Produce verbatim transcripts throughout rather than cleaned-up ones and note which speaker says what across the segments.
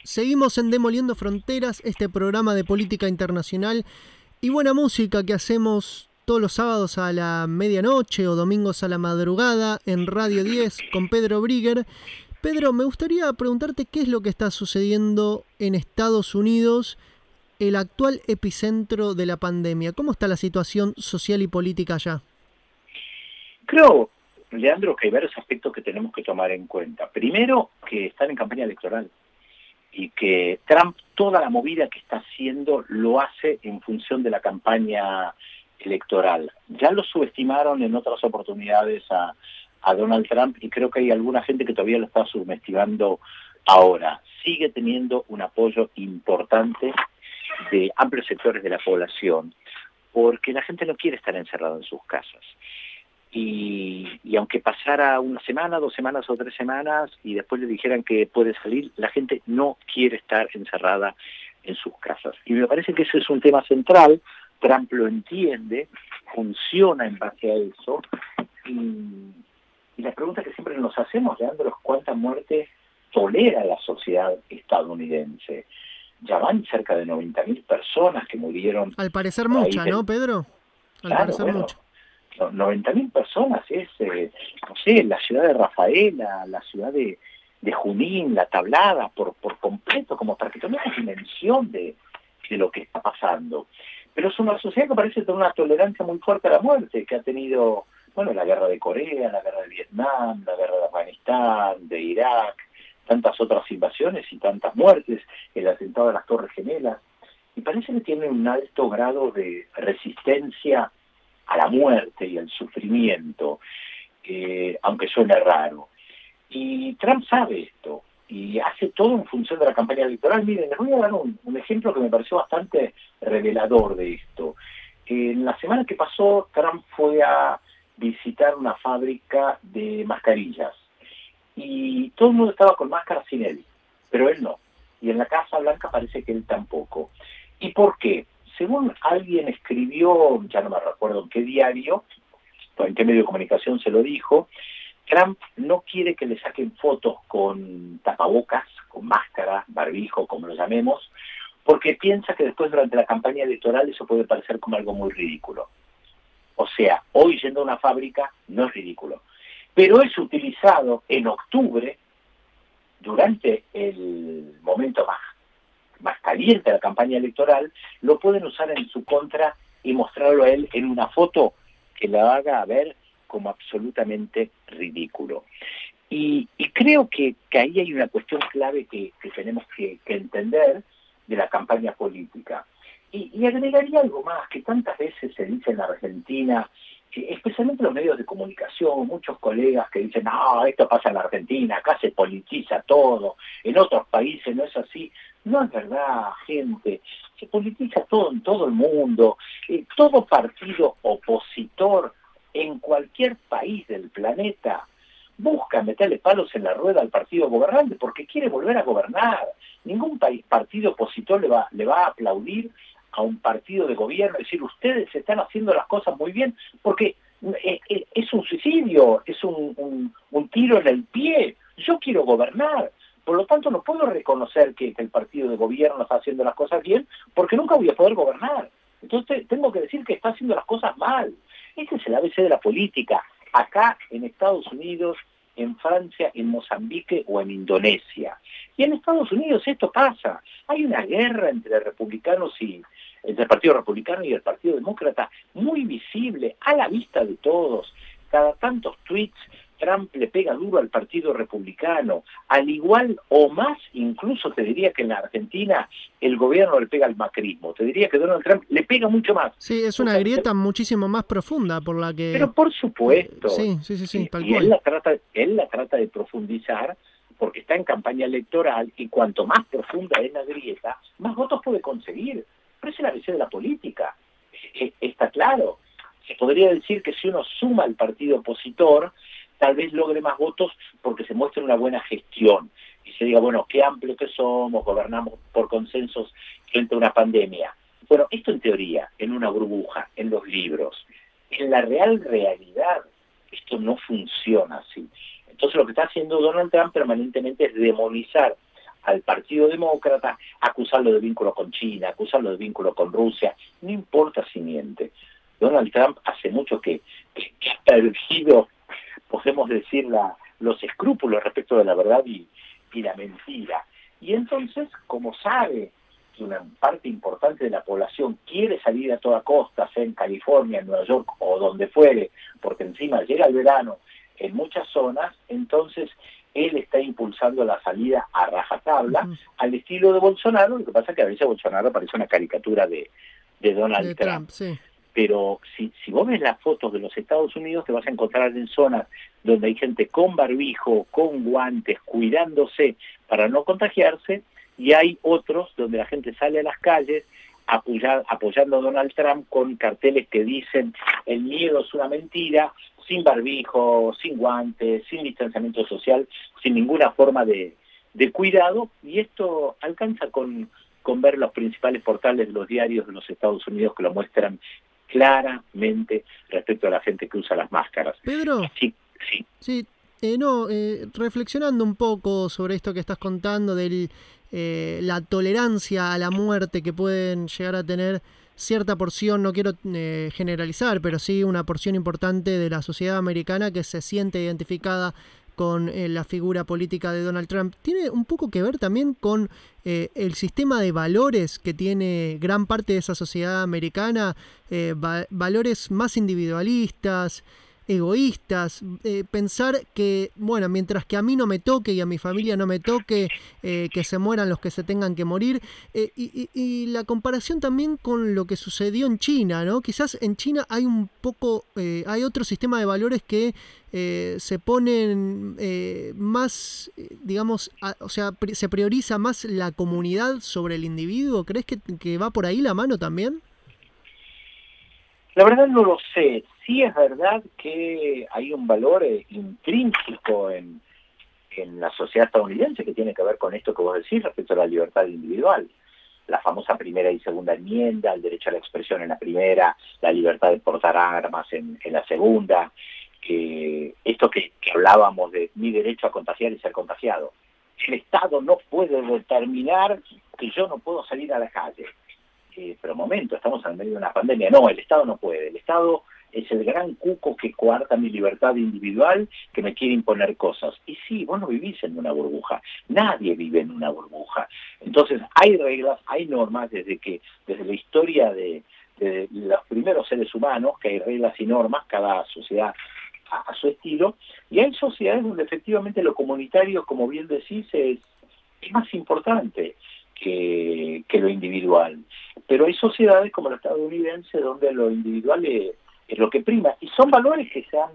Speaker 1: Seguimos en Demoliendo Fronteras, este programa de política internacional y buena música que hacemos todos los sábados a la medianoche o domingos a la madrugada en Radio diez con Pedro Brigger. Pedro, me gustaría preguntarte qué es lo que está sucediendo en Estados Unidos, el actual epicentro de la pandemia. ¿Cómo está la situación social y política allá?
Speaker 2: Creo, Leandro, que hay varios aspectos que tenemos que tomar en cuenta. Primero, que están en campaña electoral y que Trump, toda la movida que está haciendo, lo hace en función de la campaña electoral. Ya lo subestimaron en otras oportunidades a, a Donald Trump y creo que hay alguna gente que todavía lo está subestimando ahora. Sigue teniendo un apoyo importante de amplios sectores de la población porque la gente no quiere estar encerrada en sus casas. Y, y aunque pasara una semana, dos semanas o tres semanas y después le dijeran que puede salir, la gente no quiere estar encerrada en sus casas. Y me parece que ese es un tema central. Trump lo entiende, funciona en base a eso. Y, y la pregunta que siempre nos hacemos, Leandro, es cuánta muerte tolera la sociedad estadounidense. Ya van cerca de noventa mil personas que murieron.
Speaker 1: Al parecer mucha, ¿no, Pedro? Al
Speaker 2: claro,
Speaker 1: parecer
Speaker 2: bueno,
Speaker 1: mucho.
Speaker 2: noventa mil personas es, eh, no sé, la ciudad de Rafaela, la ciudad de, de Junín, la Tablada, por, por completo, como para que tomemos dimensión de, de lo que está pasando. Pero es una sociedad que parece tener una tolerancia muy fuerte a la muerte, que ha tenido, bueno, la guerra de Corea, la guerra de Vietnam, la guerra de Afganistán, de Irak, tantas otras invasiones y tantas muertes, el atentado a las Torres Gemelas, y parece que tiene un alto grado de resistencia a la muerte y al sufrimiento, eh, aunque suene raro. Y Trump sabe esto, y hace todo en función de la campaña electoral. Miren, les voy a dar un, un ejemplo que me pareció bastante revelador de esto. En la semana que pasó, Trump fue a visitar una fábrica de mascarillas, y todo el mundo estaba con máscaras sin él, pero él no. Y en la Casa Blanca parece que él tampoco. ¿Y por qué? Según alguien escribió, ya no me recuerdo en qué diario, o en qué medio de comunicación se lo dijo, Trump no quiere que le saquen fotos con tapabocas, con máscara, barbijo, como lo llamemos, porque piensa que después durante la campaña electoral eso puede parecer como algo muy ridículo. O sea, hoy yendo a una fábrica no es ridículo, pero es utilizado en octubre, durante el momento más más caliente de la campaña electoral, lo pueden usar en su contra y mostrarlo a él en una foto que lo haga ver como absolutamente ridículo. Y, y creo que, que ahí hay una cuestión clave que, que tenemos que, que entender de la campaña política. Y, y agregaría algo más, que tantas veces se dice en la Argentina, que especialmente en los medios de comunicación, muchos colegas que dicen, no, esto pasa en la Argentina, acá se politiza todo, en otros países no es así. No es verdad, gente, se politiza todo en todo el mundo. Eh, todo partido opositor en cualquier país del planeta busca meterle palos en la rueda al partido gobernante porque quiere volver a gobernar. Ningún país, partido opositor le va, le va a aplaudir a un partido de gobierno, decir, ustedes están haciendo las cosas muy bien, porque es un suicidio, es un, un, un tiro en el pie. Yo quiero gobernar, por lo tanto no puedo reconocer que, que el partido de gobierno está haciendo las cosas bien, porque nunca voy a poder gobernar. Entonces tengo que decir que está haciendo las cosas mal. Ese es el A B C de la política, acá en Estados Unidos, en Francia, en Mozambique o en Indonesia. Y en Estados Unidos esto pasa. Hay una guerra entre republicanos y entre el Partido Republicano y el Partido Demócrata muy visible, a la vista de todos. Cada tantos tweets, Trump le pega duro al Partido Republicano, al igual o más, incluso te diría que en la Argentina el gobierno le pega al macrismo. Te diría que Donald Trump le pega mucho más.
Speaker 1: Sí, es una
Speaker 2: o sea,
Speaker 1: grieta muchísimo más profunda por la que...
Speaker 2: Pero por supuesto.
Speaker 1: Sí, sí, sí, sí,
Speaker 2: y,
Speaker 1: tal
Speaker 2: y
Speaker 1: cual.
Speaker 2: él la trata, él la trata de profundizar porque está en campaña electoral y cuanto más profunda es la grieta, más votos puede conseguir. Pero es el A B C de la política. E- está claro. Se podría decir que si uno suma al partido opositor, tal vez logre más votos porque se muestre una buena gestión y se diga, bueno, qué amplio que somos, gobernamos por consensos frente a una pandemia. Bueno, esto en teoría, en una burbuja, en los libros. En la real realidad, esto no funciona así. Entonces lo que está haciendo Donald Trump permanentemente es demonizar al Partido Demócrata, acusarlo de vínculo con China, acusarlo de vínculo con Rusia, no importa si miente. Donald Trump hace mucho que, que, que ha perdido, podemos decir, la, los escrúpulos respecto de la verdad y, y la mentira. Y entonces, como sabe que una parte importante de la población quiere salir a toda costa, sea en California, en Nueva York o donde fuere, porque encima llega el verano en muchas zonas, entonces él está impulsando la salida a rajatabla, uh-huh. al estilo de Bolsonaro. Lo que pasa es que a veces Bolsonaro parece una caricatura de, de Donald
Speaker 1: de
Speaker 2: Trump.
Speaker 1: Trump sí.
Speaker 2: Pero si, si vos ves las fotos de los Estados Unidos, te vas a encontrar en zonas donde hay gente con barbijo, con guantes, cuidándose para no contagiarse, y hay otros donde la gente sale a las calles apoyar, apoyando a Donald Trump con carteles que dicen el miedo es una mentira, sin barbijo, sin guantes, sin distanciamiento social, sin ninguna forma de, de cuidado, y esto alcanza con, con ver los principales portales de los diarios de los Estados Unidos que lo muestran claramente respecto a la gente que usa las máscaras.
Speaker 1: Pedro,
Speaker 2: sí, sí.
Speaker 1: sí eh, no, eh, reflexionando un poco sobre esto que estás contando, de eh, la tolerancia a la muerte que pueden llegar a tener cierta porción, no quiero eh, generalizar, pero sí una porción importante de la sociedad americana que se siente identificada con eh, la figura política de Donald Trump, tiene un poco que ver también con eh, el sistema de valores que tiene gran parte de esa sociedad americana, eh, va valores más individualistas, egoístas, eh, pensar que, bueno, mientras que a mí no me toque y a mi familia no me toque, eh, que se mueran los que se tengan que morir, eh, y, y, y la comparación también con lo que sucedió en China, ¿no? Quizás en China hay un poco, eh, hay otro sistema de valores que eh, se ponen eh, más, digamos, a, o sea, pri se prioriza más la comunidad sobre el individuo. ¿Crees que, que va por ahí la mano también?
Speaker 2: La verdad no lo sé. Sí es verdad que hay un valor eh, intrínseco en, en la sociedad estadounidense que tiene que ver con esto que vos decís respecto a la libertad individual. La famosa primera y segunda enmienda, el derecho a la expresión en la primera, la libertad de portar armas en, en la segunda, eh, esto que, que hablábamos de mi derecho a contagiar y ser contagiado. El Estado no puede determinar que yo no puedo salir a la calle. Eh, pero momento, estamos en medio de una pandemia. No, el Estado no puede. El Estado es el gran cuco que coarta mi libertad individual, que me quiere imponer cosas. Y sí, vos no vivís en una burbuja. Nadie vive en una burbuja. Entonces, hay reglas, hay normas, desde que desde la historia de, de los primeros seres humanos, que hay reglas y normas, cada sociedad a, a su estilo, y hay sociedades donde efectivamente lo comunitario, como bien decís, es, es más importante Que, que lo individual. Pero hay sociedades como la estadounidense donde lo individual es, es lo que prima, y son valores que se han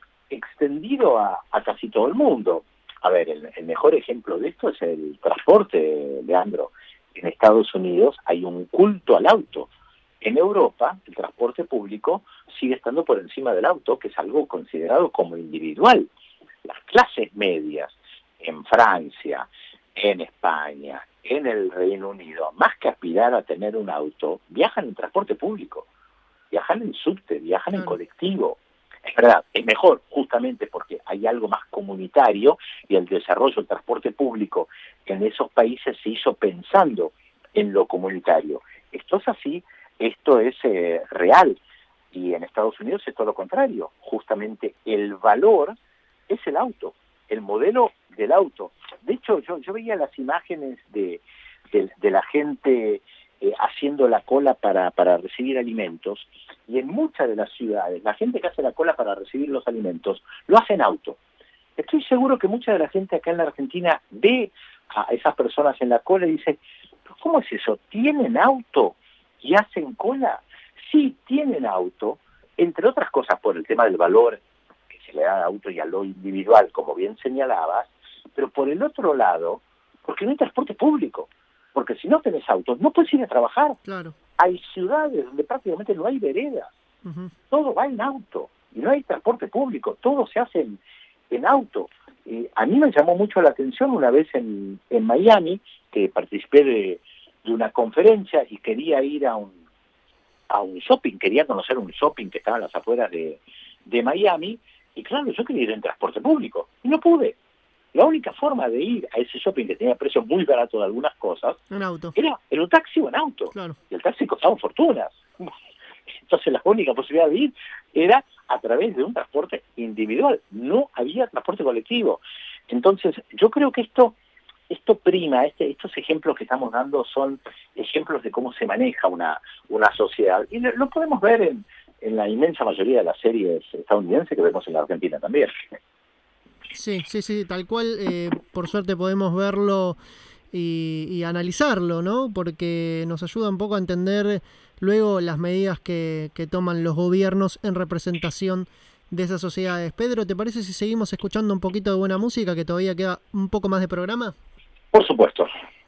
Speaker 2: extendido a, a casi todo el mundo. A ver, el, el mejor ejemplo de esto es el transporte, Leandro. En Estados Unidos hay un culto al auto. En Europa, el transporte público sigue estando por encima del auto, que es algo considerado como individual. Las clases medias en Francia, en España, en el Reino Unido, más que aspirar a tener un auto, viajan en transporte público, viajan en subte, viajan en colectivo. Es verdad, es mejor justamente porque hay algo más comunitario, y el desarrollo del transporte público en esos países se hizo pensando en lo comunitario. Esto es así, esto es eh, real, y en Estados Unidos es todo lo contrario. Justamente el valor es el auto, el modelo del auto. De hecho, yo, yo veía las imágenes de, de, de la gente eh, haciendo la cola para, para recibir alimentos, y en muchas de las ciudades, la gente que hace la cola para recibir los alimentos, lo hace en auto. Estoy seguro que mucha de la gente acá en la Argentina ve a esas personas en la cola y dice, ¿cómo es eso? ¿Tienen auto y hacen cola? Sí, tienen auto, entre otras cosas por el tema del valor que se le da al auto y a lo individual, como bien señalabas, pero por el otro lado, porque no hay transporte público, porque si no tenés autos, no puedes ir a trabajar.
Speaker 1: Claro.
Speaker 2: Hay ciudades donde prácticamente no hay veredas, uh-huh. Todo va en auto, y no hay transporte público, todo se hace en, en auto. Eh, a mí me llamó mucho la atención una vez en, en Miami, que participé de, de una conferencia y quería ir a un, a un shopping, quería conocer un shopping que estaba a las afueras de, de Miami, y claro, yo quería ir en transporte público, y no pude. la única forma de ir a ese shopping que tenía precios muy baratos de algunas cosas,
Speaker 1: En auto.
Speaker 2: era en un taxi o en auto.
Speaker 1: Claro.
Speaker 2: Y el taxi costaba fortunas. Entonces la única posibilidad de ir era a través de un transporte individual. No había transporte colectivo. Entonces yo creo que esto esto prima, este, estos ejemplos que estamos dando son ejemplos de cómo se maneja una, una sociedad. Y lo, lo podemos ver en, en la inmensa mayoría de las series estadounidenses que vemos en la Argentina también.
Speaker 1: Sí, sí, sí, tal cual. Eh, por suerte podemos verlo y, y analizarlo, ¿no? Porque nos ayuda un poco a entender luego las medidas que, que toman los gobiernos en representación de esas sociedades. Pedro, ¿te parece si seguimos escuchando un poquito de buena música, que todavía queda un poco más de programa?
Speaker 2: Por supuesto.